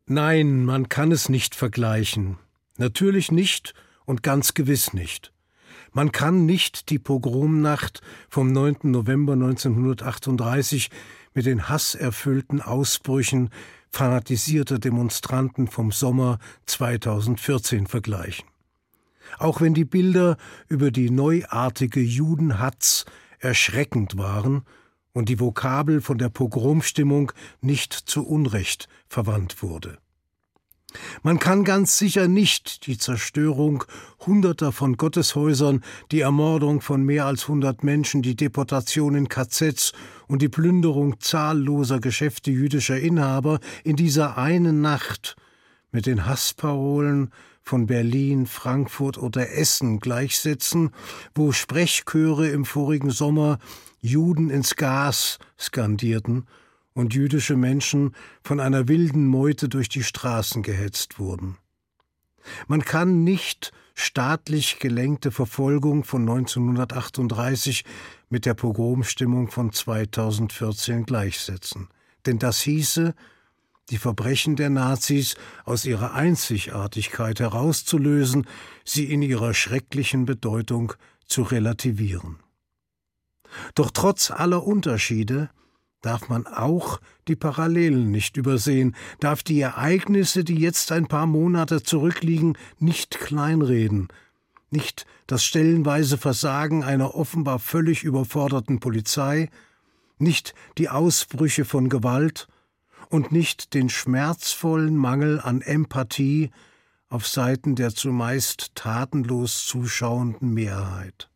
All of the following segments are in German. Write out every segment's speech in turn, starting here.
Nein, man kann es nicht vergleichen. Natürlich nicht und ganz gewiss nicht. Man kann nicht die Pogromnacht vom 9. November 1938 mit den hasserfüllten Ausbrüchen fanatisierter Demonstranten vom Sommer 2014 vergleichen. Auch wenn die Bilder über die neuartige Judenhatz erschreckend waren und die Vokabel von der Pogromstimmung nicht zu Unrecht verwandt wurde. Man kann ganz sicher nicht die Zerstörung Hunderter von Gotteshäusern, die Ermordung von mehr als 100 Menschen, die Deportation in KZs und die Plünderung zahlloser Geschäfte jüdischer Inhaber in dieser einen Nacht mit den Hassparolen von Berlin, Frankfurt oder Essen gleichsetzen, wo Sprechchöre im vorigen Sommer Juden ins Gas skandierten und jüdische Menschen von einer wilden Meute durch die Straßen gehetzt wurden. Man kann nicht staatlich gelenkte Verfolgung von 1938 mit der Pogromstimmung von 2014 gleichsetzen. Denn das hieße, die Verbrechen der Nazis aus ihrer Einzigartigkeit herauszulösen, sie in ihrer schrecklichen Bedeutung zu relativieren. Doch trotz aller Unterschiede darf man auch die Parallelen nicht übersehen, darf die Ereignisse, die jetzt ein paar Monate zurückliegen, nicht kleinreden, nicht das stellenweise Versagen einer offenbar völlig überforderten Polizei, nicht die Ausbrüche von Gewalt und nicht den schmerzvollen Mangel an Empathie auf Seiten der zumeist tatenlos zuschauenden Mehrheit.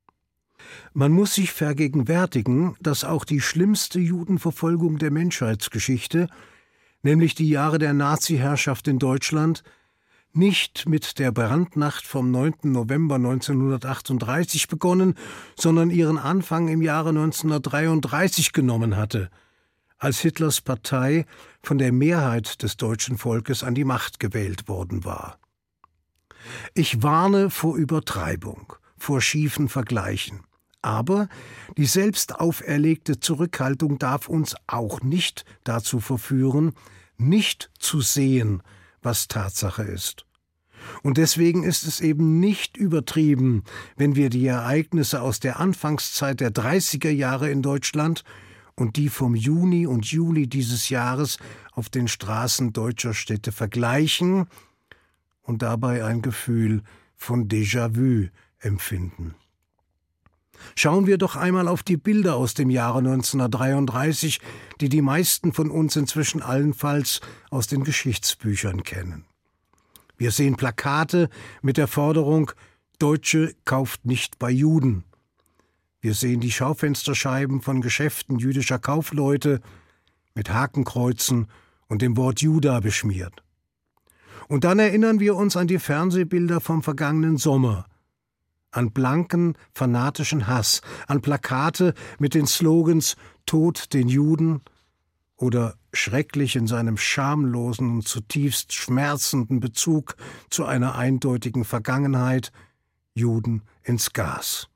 Man muss sich vergegenwärtigen, dass auch die schlimmste Judenverfolgung der Menschheitsgeschichte, nämlich die Jahre der Nazi-Herrschaft in Deutschland, nicht mit der Brandnacht vom 9. November 1938 begonnen, sondern ihren Anfang im Jahre 1933 genommen hatte, als Hitlers Partei von der Mehrheit des deutschen Volkes an die Macht gewählt worden war. Ich warne vor Übertreibung, vor schiefen Vergleichen. Aber die selbst auferlegte Zurückhaltung darf uns auch nicht dazu verführen, nicht zu sehen, was Tatsache ist. Und deswegen ist es eben nicht übertrieben, wenn wir die Ereignisse aus der Anfangszeit der 30er Jahre in Deutschland und die vom Juni und Juli dieses Jahres auf den Straßen deutscher Städte vergleichen und dabei ein Gefühl von Déjà-vu empfinden. Schauen wir doch einmal auf die Bilder aus dem Jahre 1933, die die meisten von uns inzwischen allenfalls aus den Geschichtsbüchern kennen. Wir sehen Plakate mit der Forderung »Deutsche kauft nicht bei Juden«. Wir sehen die Schaufensterscheiben von Geschäften jüdischer Kaufleute mit Hakenkreuzen und dem Wort Juda beschmiert. Und dann erinnern wir uns an die Fernsehbilder vom vergangenen Sommer, an blanken, fanatischen Hass, an Plakate mit den Slogans »Tod den Juden« oder schrecklich in seinem schamlosen und zutiefst schmerzenden Bezug zu einer eindeutigen Vergangenheit »Juden ins Gas«.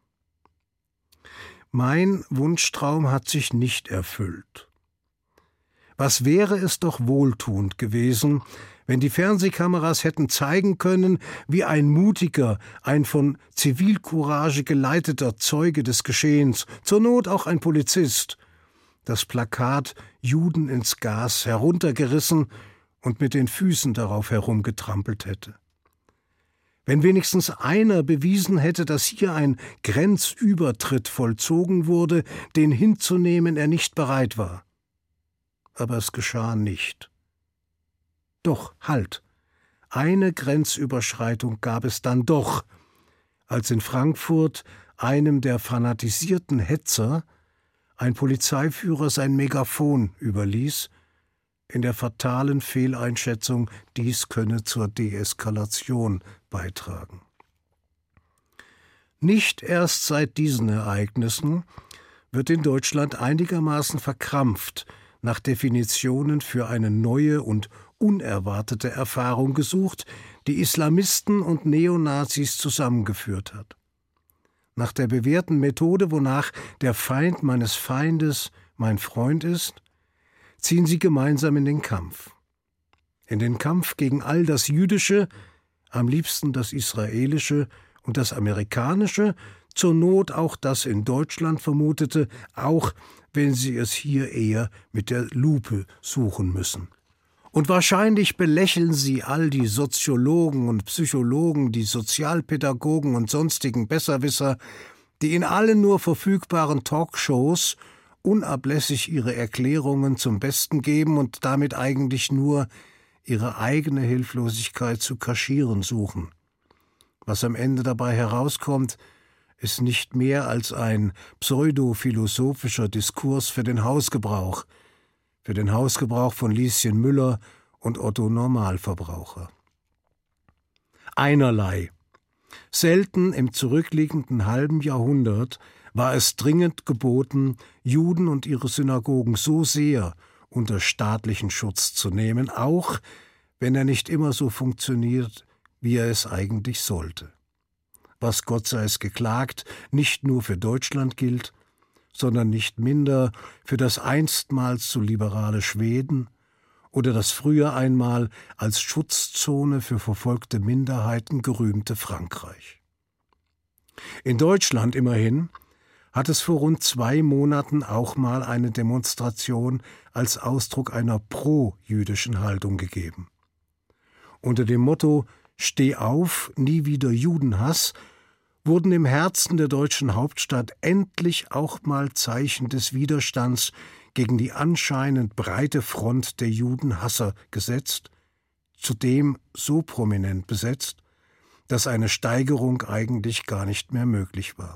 Mein Wunschtraum hat sich nicht erfüllt. Was wäre es doch wohltuend gewesen, wenn die Fernsehkameras hätten zeigen können, wie ein mutiger, ein von Zivilcourage geleiteter Zeuge des Geschehens, zur Not auch ein Polizist, das Plakat »Juden ins Gas« heruntergerissen und mit den Füßen darauf herumgetrampelt hätte. Wenn wenigstens einer bewiesen hätte, dass hier ein Grenzübertritt vollzogen wurde, den hinzunehmen er nicht bereit war. Aber es geschah nicht. Doch, halt! Eine Grenzüberschreitung gab es dann doch, als in Frankfurt einem der fanatisierten Hetzer ein Polizeiführer sein Megafon überließ, in der fatalen Fehleinschätzung, dies könne zur Deeskalation beitragen. Nicht erst seit diesen Ereignissen wird in Deutschland einigermaßen verkrampft nach Definitionen für eine neue und unerwartete Erfahrung gesucht, die Islamisten und Neonazis zusammengeführt hat. Nach der bewährten Methode, wonach der Feind meines Feindes mein Freund ist, ziehen sie gemeinsam in den Kampf. in den Kampf gegen all das Jüdische, am liebsten das Israelische und das Amerikanische, zur Not auch das in Deutschland Vermutete, auch wenn sie es hier eher mit der Lupe suchen müssen. Und wahrscheinlich belächeln sie all die Soziologen und Psychologen, die Sozialpädagogen und sonstigen Besserwisser, die in allen nur verfügbaren Talkshows unablässig ihre Erklärungen zum Besten geben und damit eigentlich nur ihre eigene Hilflosigkeit zu kaschieren suchen. Was am Ende dabei herauskommt, ist nicht mehr als ein pseudophilosophischer Diskurs für den Hausgebrauch von Lieschen Müller und Otto Normalverbraucher. Einerlei. Selten im zurückliegenden halben Jahrhundert war es dringend geboten, Juden und ihre Synagogen so sehr unter staatlichen Schutz zu nehmen, auch wenn er nicht immer so funktioniert, wie er es eigentlich sollte. Was, Gott sei es geklagt, nicht nur für Deutschland gilt, sondern nicht minder für das einstmals so liberale Schweden oder das früher einmal als Schutzzone für verfolgte Minderheiten gerühmte Frankreich. In Deutschland immerhin hat es vor rund 2 Monaten auch mal eine Demonstration als Ausdruck einer pro-jüdischen Haltung gegeben. Unter dem Motto »Steh auf, nie wieder Judenhass« wurden im Herzen der deutschen Hauptstadt endlich auch mal Zeichen des Widerstands gegen die anscheinend breite Front der Judenhasser gesetzt, zudem so prominent besetzt, dass eine Steigerung eigentlich gar nicht mehr möglich war.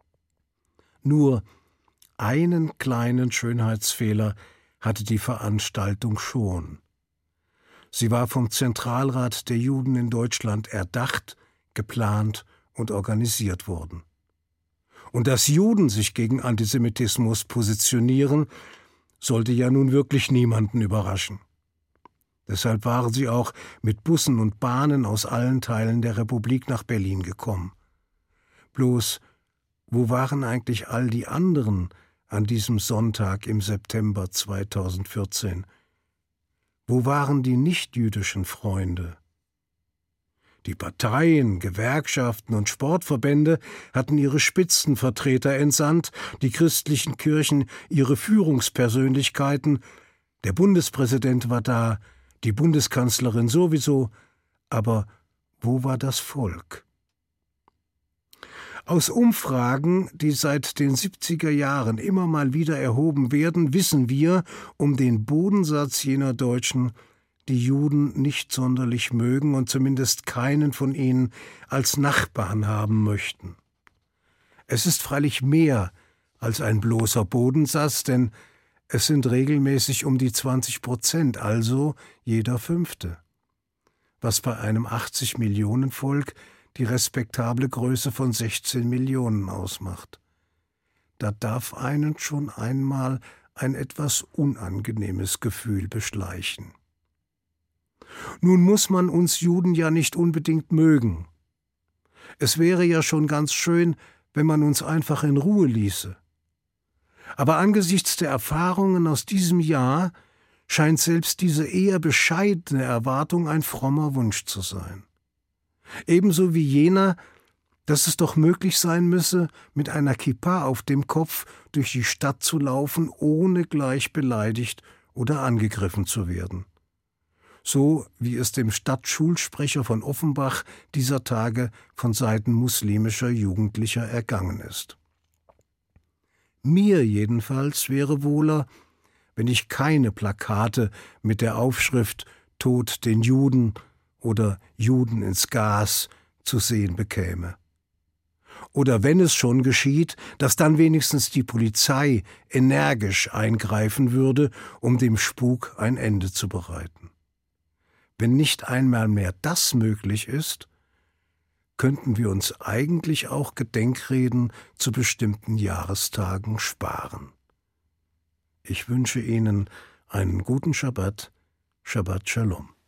Nur einen kleinen Schönheitsfehler hatte die Veranstaltung schon. Sie war vom Zentralrat der Juden in Deutschland erdacht, geplant und organisiert worden. Und dass Juden sich gegen Antisemitismus positionieren, sollte ja nun wirklich niemanden überraschen. Deshalb waren sie auch mit Bussen und Bahnen aus allen Teilen der Republik nach Berlin gekommen. Bloß, wo waren eigentlich all die anderen an diesem Sonntag im September 2014? Wo waren die nichtjüdischen Freunde? Die Parteien, Gewerkschaften und Sportverbände hatten ihre Spitzenvertreter entsandt, die christlichen Kirchen ihre Führungspersönlichkeiten, der Bundespräsident war da, die Bundeskanzlerin sowieso, aber wo war das Volk? Aus Umfragen, die seit den 70er Jahren immer mal wieder erhoben werden, wissen wir um den Bodensatz jener Deutschen, die Juden nicht sonderlich mögen und zumindest keinen von ihnen als Nachbarn haben möchten. Es ist freilich mehr als ein bloßer Bodensatz, denn es sind regelmäßig um die 20%, also jeder Fünfte, was bei einem 80-Millionen-Volk die respektable Größe von 16 Millionen ausmacht. Da darf einen schon einmal ein etwas unangenehmes Gefühl beschleichen. Nun muss man uns Juden ja nicht unbedingt mögen. Es wäre ja schon ganz schön, wenn man uns einfach in Ruhe ließe. Aber angesichts der Erfahrungen aus diesem Jahr scheint selbst diese eher bescheidene Erwartung ein frommer Wunsch zu sein. Ebenso wie jener, dass es doch möglich sein müsse, mit einer Kippa auf dem Kopf durch die Stadt zu laufen, ohne gleich beleidigt oder angegriffen zu werden. So wie es dem Stadtschulsprecher von Offenbach dieser Tage von Seiten muslimischer Jugendlicher ergangen ist. Mir jedenfalls wäre wohler, wenn ich keine Plakate mit der Aufschrift »Tod den Juden« oder »Juden ins Gas« zu sehen bekäme. Oder wenn es schon geschieht, dass dann wenigstens die Polizei energisch eingreifen würde, um dem Spuk ein Ende zu bereiten. Wenn nicht einmal mehr das möglich ist, könnten wir uns eigentlich auch Gedenkreden zu bestimmten Jahrestagen sparen. Ich wünsche Ihnen einen guten Schabbat, Shabbat Shalom.